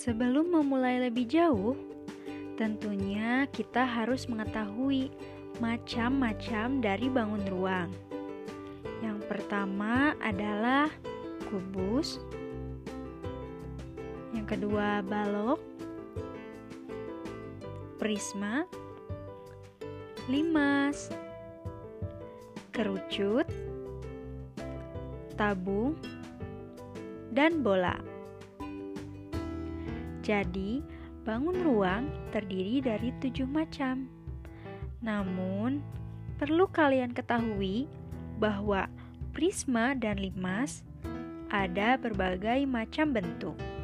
Sebelum memulai lebih jauh, tentunya kita harus mengetahui macam-macam dari bangun ruang. Yang pertama adalah kubus, yang kedua balok, prisma, limas, kerucut, tabung, dan bola. Jadi, bangun ruang terdiri dari 7 macam. Namun, perlu kalian ketahui bahwa prisma dan limas ada berbagai macam bentuk.